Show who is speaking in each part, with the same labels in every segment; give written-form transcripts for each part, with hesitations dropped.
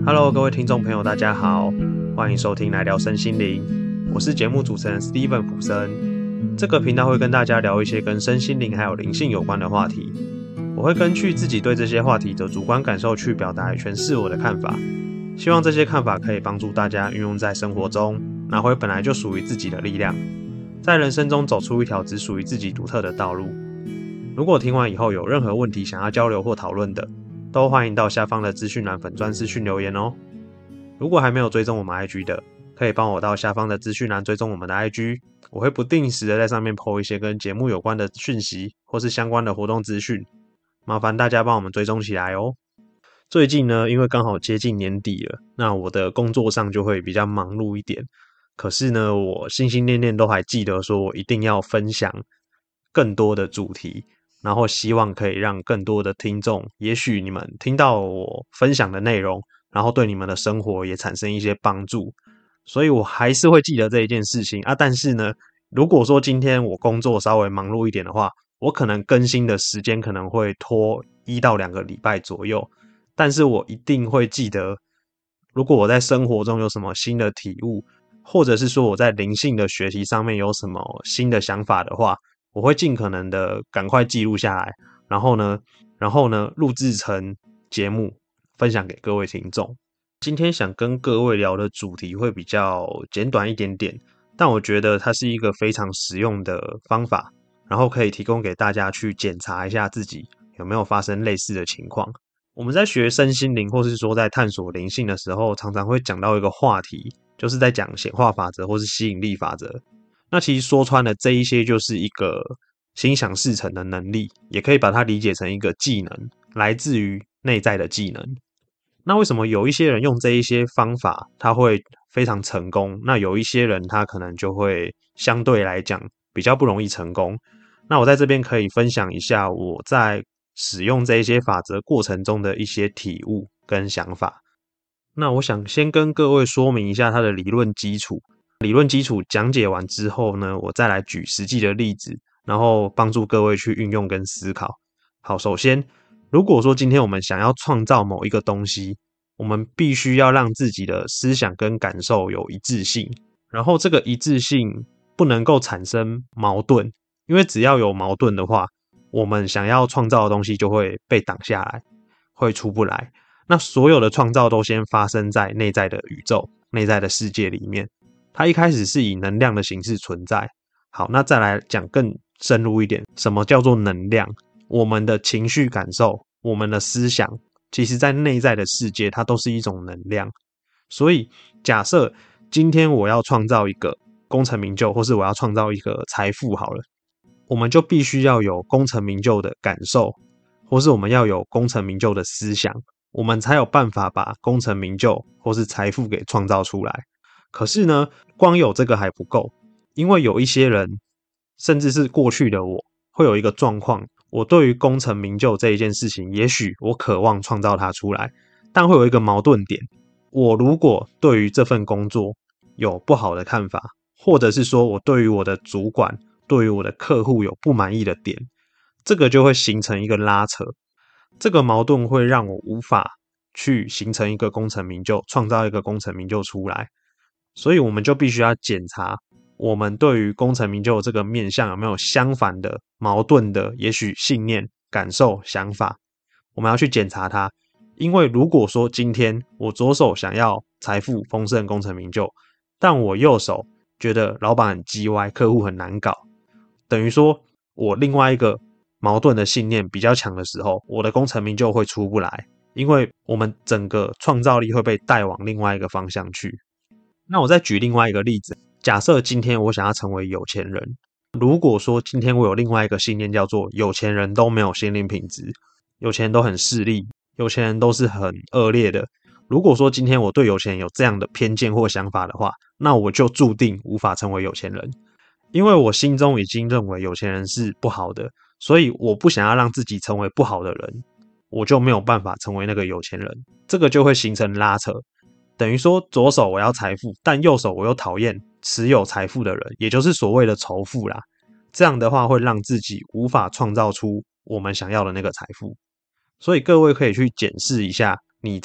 Speaker 1: Hello， 各位听众朋友，大家好，欢迎收听来聊身心灵。我是节目主持人 Steven 普森。这个频道会跟大家聊一些跟身心灵还有灵性有关的话题。我会根据自己对这些话题的主观感受去表达与诠释我的看法。希望这些看法可以帮助大家运用在生活中，拿回本来就属于自己的力量，在人生中走出一条只属于自己独特的道路。如果听完以后有任何问题想要交流或讨论的，都欢迎到下方的资讯栏粉专私讯留言哦。如果还没有追踪我们 IG 的，可以帮我到下方的资讯栏追踪我们的 IG， 我会不定时的在上面 po 一些跟节目有关的讯息或是相关的活动资讯，麻烦大家帮我们追踪起来哦。最近呢，因为刚好接近年底了，那我的工作上就会比较忙碌一点。可是呢，我心心念念都还记得说我一定要分享更多的主题，然后希望可以让更多的听众，也许你们听到我分享的内容，然后对你们的生活也产生一些帮助，所以我还是会记得这一件事情啊。但是呢，如果说今天我工作稍微忙碌一点的话，我可能更新的时间可能会拖1到2个礼拜左右，但是我一定会记得，如果我在生活中有什么新的体悟，或者是说我在灵性的学习上面有什么新的想法的话，我会尽可能的赶快记录下来，然后呢，录制成节目分享给各位听众。今天想跟各位聊的主题会比较简短一点点，但我觉得它是一个非常实用的方法，然后可以提供给大家去检查一下自己有没有发生类似的情况。我们在学身心灵或是说在探索灵性的时候，常常会讲到一个话题，就是在讲显化法则或是吸引力法则。那其实说穿了，这一些就是一个心想事成的能力，也可以把它理解成一个技能，来自于内在的技能。那为什么有一些人用这一些方法他会非常成功，那有一些人他可能就会相对来讲比较不容易成功？那我在这边可以分享一下我在使用这一些法则过程中的一些体悟跟想法。那我想先跟各位说明一下它的理论基础。理论基础讲解完之后呢，我再来举实际的例子，然后帮助各位去运用跟思考。好，首先，如果说今天我们想要创造某一个东西，我们必须要让自己的思想跟感受有一致性，然后这个一致性不能够产生矛盾，因为只要有矛盾的话，我们想要创造的东西就会被挡下来，会出不来。那所有的创造都先发生在内在的宇宙、内在的世界里面，它一开始是以能量的形式存在。好，那再来讲更深入一点，什么叫做能量？我们的情绪感受，我们的思想，其实在内在的世界，它都是一种能量。所以，假设今天我要创造一个功成名就，或是我要创造一个财富好了，我们就必须要有功成名就的感受，或是我们要有功成名就的思想，我们才有办法把功成名就或是财富给创造出来。可是呢，光有这个还不够，因为有一些人，甚至是过去的我，会有一个状况，我对于功成名就这一件事情，也许我渴望创造它出来，但会有一个矛盾点，我如果对于这份工作有不好的看法，或者是说我对于我的主管、对于我的客户有不满意的点，这个就会形成一个拉扯，这个矛盾会让我无法去形成一个功成名就，创造一个功成名就出来。所以我们就必须要检查我们对于功成名就这个面向有没有相反的、矛盾的，也许信念、感受、想法，我们要去检查它。因为如果说今天我左手想要财富丰盛、功成名就，但我右手觉得老板很鸡歪，客户很难搞，等于说我另外一个矛盾的信念比较强的时候，我的功成名就会出不来，因为我们整个创造力会被带往另外一个方向去。那我再举另外一个例子，假设今天我想要成为有钱人，如果说今天我有另外一个信念叫做有钱人都没有心灵品质，有钱人都很势利，有钱人都是很恶劣的，如果说今天我对有钱人有这样的偏见或想法的话，那我就注定无法成为有钱人，因为我心中已经认为有钱人是不好的，所以我不想要让自己成为不好的人，我就没有办法成为那个有钱人，这个就会形成拉扯。等于说左手我要财富，但右手我又讨厌持有财富的人，也就是所谓的仇富啦。这样的话会让自己无法创造出我们想要的那个财富。所以各位可以去检视一下你在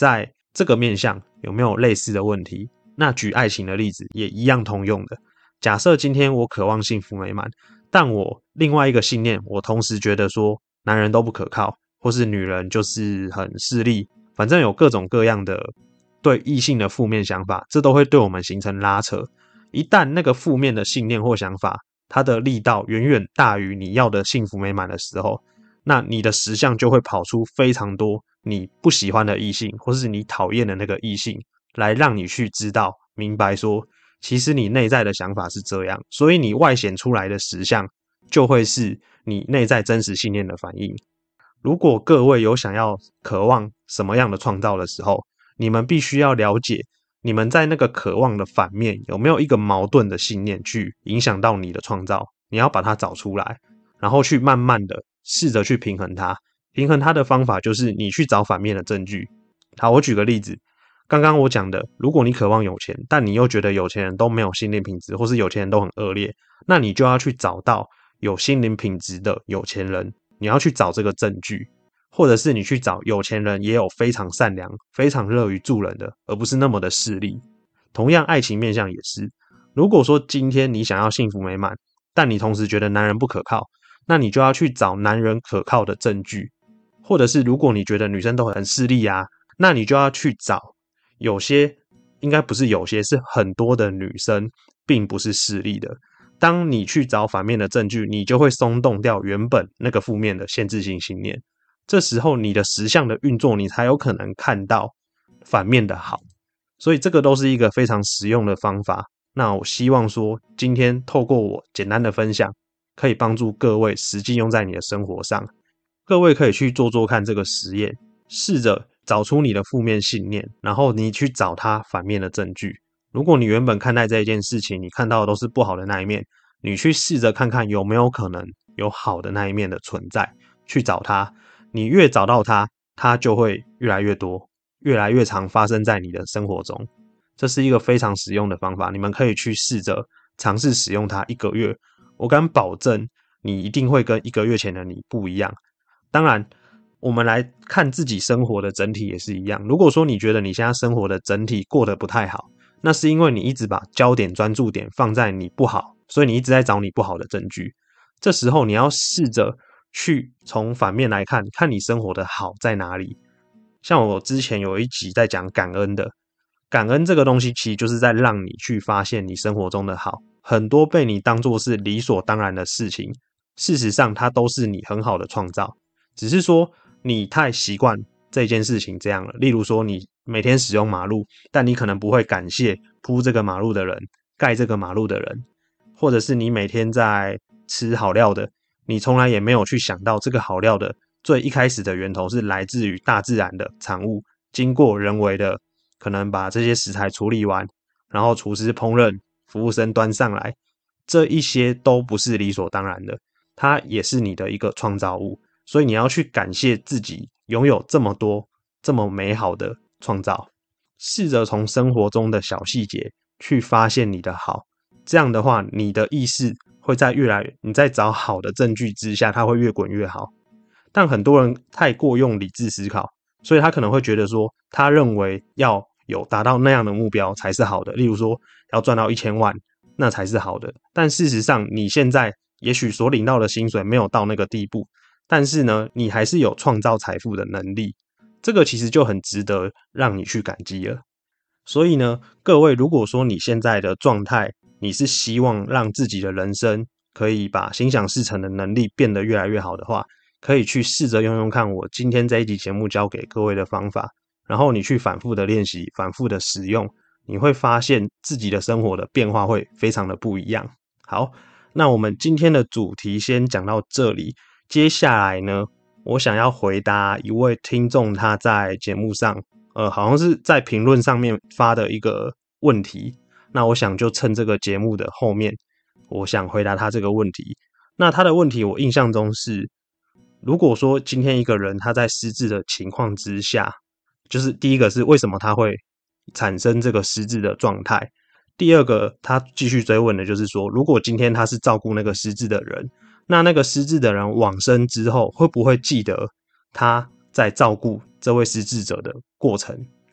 Speaker 1: 这个面向有没有类似的问题？那举爱情的例子也一样通用的。假设今天我渴望幸福美满，但我另外一个信念，我同时觉得说男人都不可靠，或是女人就是很势利，反正有各种各样的对异性的负面想法，这都会对我们形成拉扯。一旦那个负面的信念或想法，它的力道远远大于你要的幸福美满的时候，那你的实相就会跑出非常多你不喜欢的异性，或是你讨厌的那个异性，来让你去知道明白说，其实你内在的想法是这样，所以你外显出来的实相就会是你内在真实信念的反应。如果各位有想要渴望什么样的创造的时候，你们必须要了解你们在那个渴望的反面有没有一个矛盾的信念去影响到你的创造，你要把它找出来，然后去慢慢的试着去平衡它。平衡它的方法就是你去找反面的证据。好，我举个例子，刚刚我讲的，如果你渴望有钱，但你又觉得有钱人都没有心灵品质，或是有钱人都很恶劣，那你就要去找到有心灵品质的有钱人，你要去找这个证据，或者是你去找有钱人也有非常善良、非常乐于助人的，而不是那么的势利。同样，爱情面向也是，如果说今天你想要幸福美满，但你同时觉得男人不可靠，那你就要去找男人可靠的证据，或者是如果你觉得女生都很势利啊，那你就要去找有些，应该不是有些，是很多的女生并不是势利的。当你去找反面的证据，你就会松动掉原本那个负面的限制性信念。这时候你的实相的运作，你才有可能看到反面的好。所以这个都是一个非常实用的方法。那我希望说，今天透过我简单的分享，可以帮助各位实际用在你的生活上。各位可以去做做看这个实验，试着找出你的负面信念，然后你去找它反面的证据。如果你原本看待这一件事情，你看到的都是不好的那一面，你去试着看看有没有可能有好的那一面的存在，去找它。你越找到它，它就会越来越多，越来越常发生在你的生活中。这是一个非常实用的方法，你们可以去试着尝试使用它1个月，我敢保证你一定会跟1个月前的你不一样。当然，我们来看自己生活的整体也是一样。如果说你觉得你现在生活的整体过得不太好，那是因为你一直把焦点、专注点放在你不好，所以你一直在找你不好的证据。这时候你要试着去从反面来看，看你生活的好在哪里。像我之前有一集在讲感恩的，感恩这个东西其实就是在让你去发现你生活中的好，很多被你当作是理所当然的事情，事实上它都是你很好的创造。只是说你太习惯这件事情这样了，例如说你每天使用马路，但你可能不会感谢铺这个马路的人，盖这个马路的人，或者是你每天在吃好料的，你从来也没有去想到这个好料的最一开始的源头是来自于大自然的产物，经过人为的可能把这些食材处理完，然后厨师烹饪，服务生端上来，这一些都不是理所当然的，它也是你的一个创造物。所以你要去感谢自己拥有这么多这么美好的创造，试着从生活中的小细节去发现你的好。这样的话，你的意识会在你在找好的证据之下，它会越滚越好。但很多人太过用理智思考，所以他可能会觉得说，他认为要有达到那样的目标才是好的，例如说要赚到1000万，那才是好的。但事实上，你现在也许所领到的薪水没有到那个地步，但是呢，你还是有创造财富的能力，这个其实就很值得让你去感激了。所以呢，各位，如果说你现在的状态，你是希望让自己的人生可以把心想事成的能力变得越来越好的话，可以去试着用用看我今天这一集节目教给各位的方法，然后你去反复的练习，反复的使用，你会发现自己的生活的变化会非常的不一样。好，那我们今天的主题先讲到这里。接下来呢，我想要回答一位听众他在节目上好像是在评论上面发的一个问题，那我想就趁这个节目的后面，我想回答他这个问题。那他的问题我印象中是，如果说今天一个人他在失智的情况之下，就是第一个是为什么他会产生这个失智的状态，第二个他继续追问的就是说，如果今天他是照顾那个失智的人，那个失智的人往生之后，会不会记得他在照顾这位失智者的过程？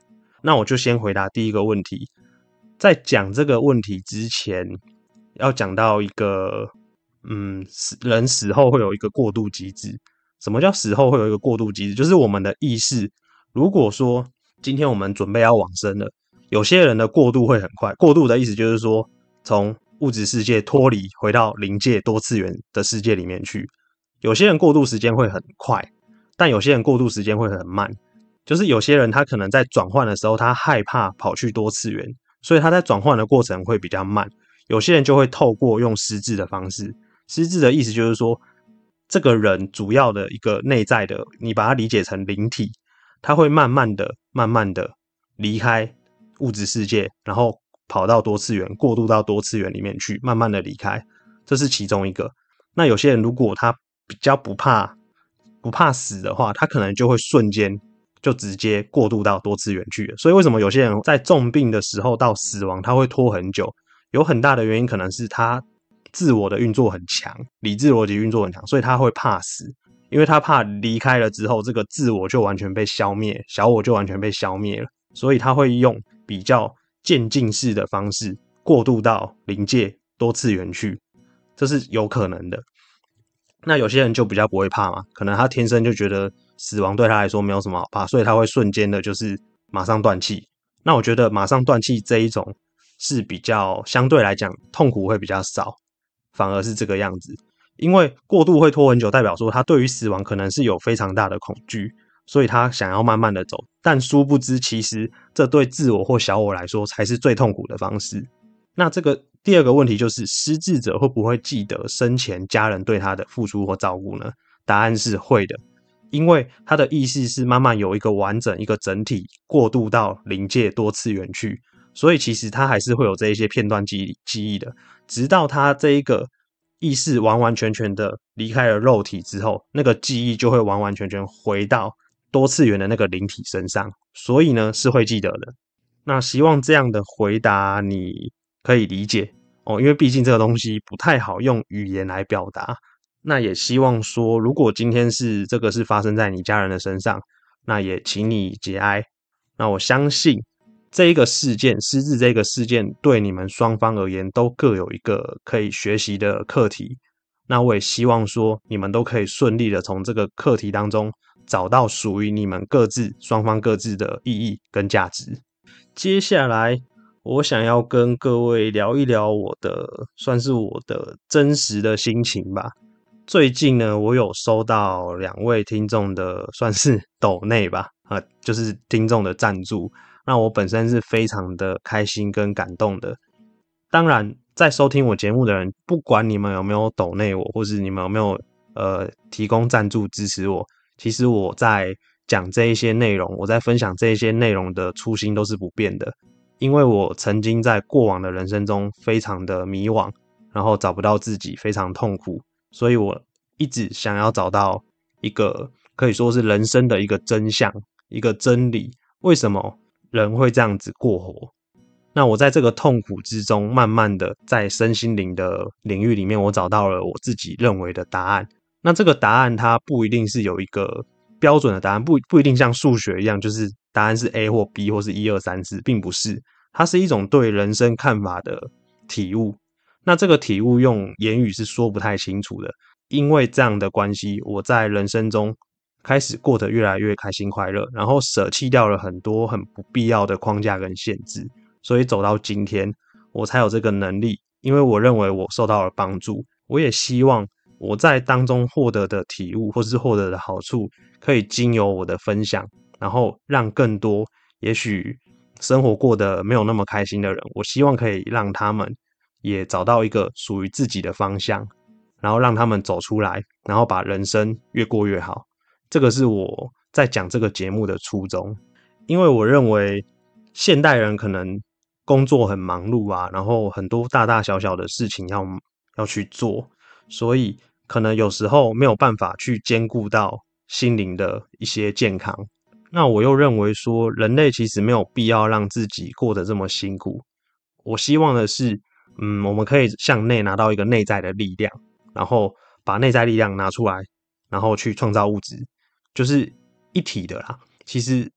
Speaker 1: 那我就先回答第一个问题。在讲这个问题之前，要讲到一个，人死后会有一个过渡机制。什么叫死后会有一个过渡机制？就是我们的意识，如果说今天我们准备要往生了，有些人的过渡会很快。过渡的意思就是说，从物质世界脱离，回到灵界多次元的世界里面去。有些人过渡时间会很快，但有些人过渡时间会很慢。就是有些人他可能在转换的时候，他害怕跑去多次元，所以他在转换的过程会比较慢。有些人就会透过用失智的方式，失智的意思就是说，这个人主要的一个内在的，你把它理解成灵体，他会慢慢的离开物质世界，然后跑到多次元，过渡到多次元里面去，慢慢的离开，这是其中一个。那有些人如果他比较不怕死的话，他可能就会瞬间就直接过渡到多次元去了。所以为什么有些人在重病的时候到死亡他会拖很久，有很大的原因可能是他自我的运作很强，理智逻辑运作很强，所以他会怕死，因为他怕离开了之后这个自我就完全被消灭，小我就完全被消灭了，所以他会用比较渐进式的方式过渡到灵界多次元去，这是有可能的。那有些人就比较不会怕嘛，可能他天生就觉得死亡对他来说没有什么好怕，所以他会瞬间的就是马上断气。那我觉得马上断气这一种是比较相对来讲痛苦会比较少，反而是这个样子。因为过度会拖很久，代表说他对于死亡可能是有非常大的恐惧，所以他想要慢慢的走，但殊不知其实这对自我或小我来说才是最痛苦的方式。那这个第二个问题就是失智者会不会记得生前家人对他的付出或照顾呢？答案是会的，因为他的意识是慢慢有一个完整一个整体过渡到灵界多次元去，所以其实他还是会有这一些片段记忆的，直到他这一个意识完完全全的离开了肉体之后，那个记忆就会完完全全回到多次元的那个灵体身上，所以呢是会记得的。那希望这样的回答你可以理解哦，因为毕竟这个东西不太好用语言来表达。那也希望说，如果今天这个是发生在你家人的身上，那也请你节哀。那我相信这一个事件，失智这个事件，对你们双方而言都各有一个可以学习的课题。那我也希望说，你们都可以顺利的从这个课题当中找到属于你们双方各自的意义跟价值。接下来我想要跟各位聊一聊算是我的真实的心情吧。最近呢，我有收到2位听众的算是抖内吧，就是听众的赞助，那我本身是非常的开心跟感动的。当然，在收听我节目的人，不管你们有没有抖内我，或是你们有没有提供赞助支持我，其实我在讲这一些内容，我在分享这一些内容的初心都是不变的。因为我曾经在过往的人生中非常的迷惘，然后找不到自己，非常痛苦，所以我一直想要找到一个可以说是人生的一个真相，一个真理，为什么人会这样子过活。那我在这个痛苦之中，慢慢的在身心灵的领域里面，我找到了我自己认为的答案。那这个答案它不一定是有一个标准的答案，不一定像数学一样，就是答案是 A 或 B 或是1、2、3、4，并不是，它是一种对人生看法的体悟。那这个体悟用言语是说不太清楚的，因为这样的关系，我在人生中开始过得越来越开心快乐，然后舍弃掉了很多很不必要的框架跟限制，所以走到今天，我才有这个能力，因为我认为我受到了帮助，我也希望我在当中获得的体悟或是获得的好处，可以经由我的分享，然后让更多也许生活过得没有那么开心的人，我希望可以让他们也找到一个属于自己的方向，然后让他们走出来，然后把人生越过越好。这个是我在讲这个节目的初衷，因为我认为现代人可能工作很忙碌啊，然后很多大大小小的事情要去做，所以可能有时候没有办法去兼顾到心灵的一些健康。那我又认为说，人类其实没有必要让自己过得这么辛苦。我希望的是，我们可以向内拿到一个内在的力量，然后把内在力量拿出来，然后去创造物质，就是一体的啦。其实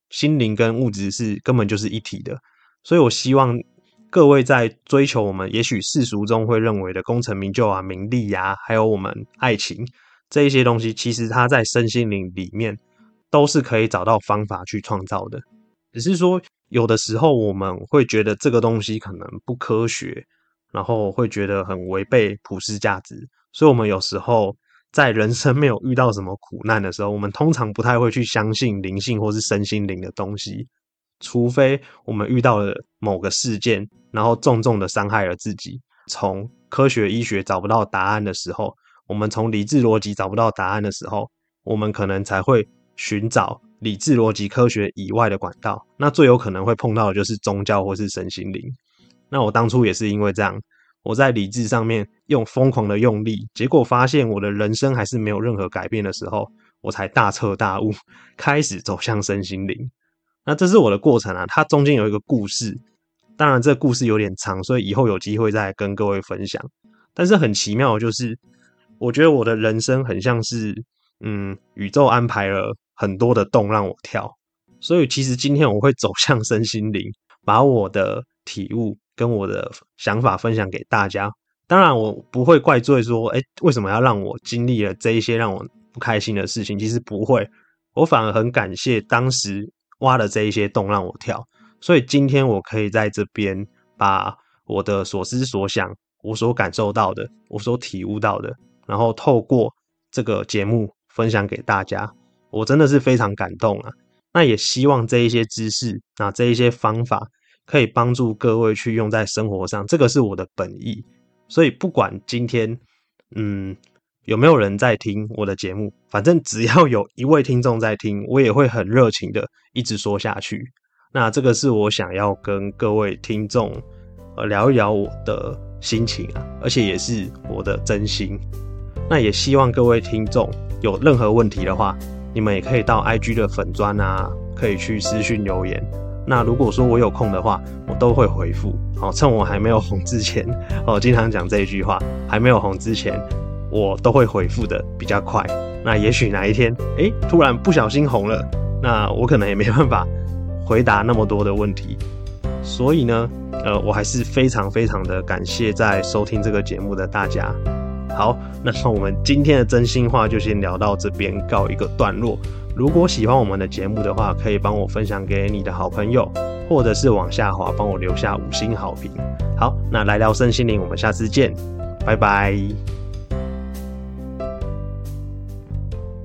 Speaker 1: 心灵跟物质是根本就是一体的。所以我希望各位在追求我们也许世俗中会认为的功成名就啊、名利啊，还有我们爱情这一些东西，其实它在身心灵里面都是可以找到方法去创造的。只是说有的时候我们会觉得这个东西可能不科学，然后会觉得很违背普世价值，所以我们有时候在人生没有遇到什么苦难的时候，我们通常不太会去相信灵性或是身心灵的东西，除非我们遇到了某个事件，然后重重的伤害了自己，从科学医学找不到答案的时候，我们从理智逻辑找不到答案的时候，我们可能才会寻找理智逻辑科学以外的管道，那最有可能会碰到的就是宗教或是身心灵。那我当初也是因为这样，我在理智上面疯狂的用力，结果发现我的人生还是没有任何改变的时候，我才大彻大悟，开始走向身心灵。那这是我的过程啊，它中间有一个故事，当然这个故事有点长，所以以后有机会再跟各位分享。但是很奇妙的就是，我觉得我的人生很像是宇宙安排了很多的洞让我跳，所以其实今天我会走向身心灵，把我的体悟跟我的想法分享给大家。当然我不会怪罪说为什么要让我经历了这一些让我不开心的事情，其实不会，我反而很感谢当时挖了这一些洞让我跳，所以今天我可以在这边把我的所思所想，我所感受到的，我所体悟到的，然后透过这个节目分享给大家，我真的是非常感动啊。那也希望这一些知识，这一些方法可以帮助各位去用在生活上，这个是我的本意。所以不管今天有没有人在听我的节目，反正只要有一位听众在听，我也会很热情的一直说下去。那这个是我想要跟各位听众聊一聊我的心情啊，而且也是我的真心。那也希望各位听众有任何问题的话，你们也可以到 IG 的粉专啊，可以去私讯留言。那如果说我有空的话，我都会回复。趁我还没有红之前，经常讲这一句话，还没有红之前，我都会回复的比较快。那也许哪一天，突然不小心红了，那我可能也没办法回答那么多的问题。所以呢，我还是非常非常的感谢在收听这个节目的大家。好，那我们今天的真心话就先聊到这边，告一个段落。如果喜欢我们的节目的话，可以帮我分享给你的好朋友，或者是往下滑帮我留下5星好评。好，那来聊身心灵，我们下次见，拜拜。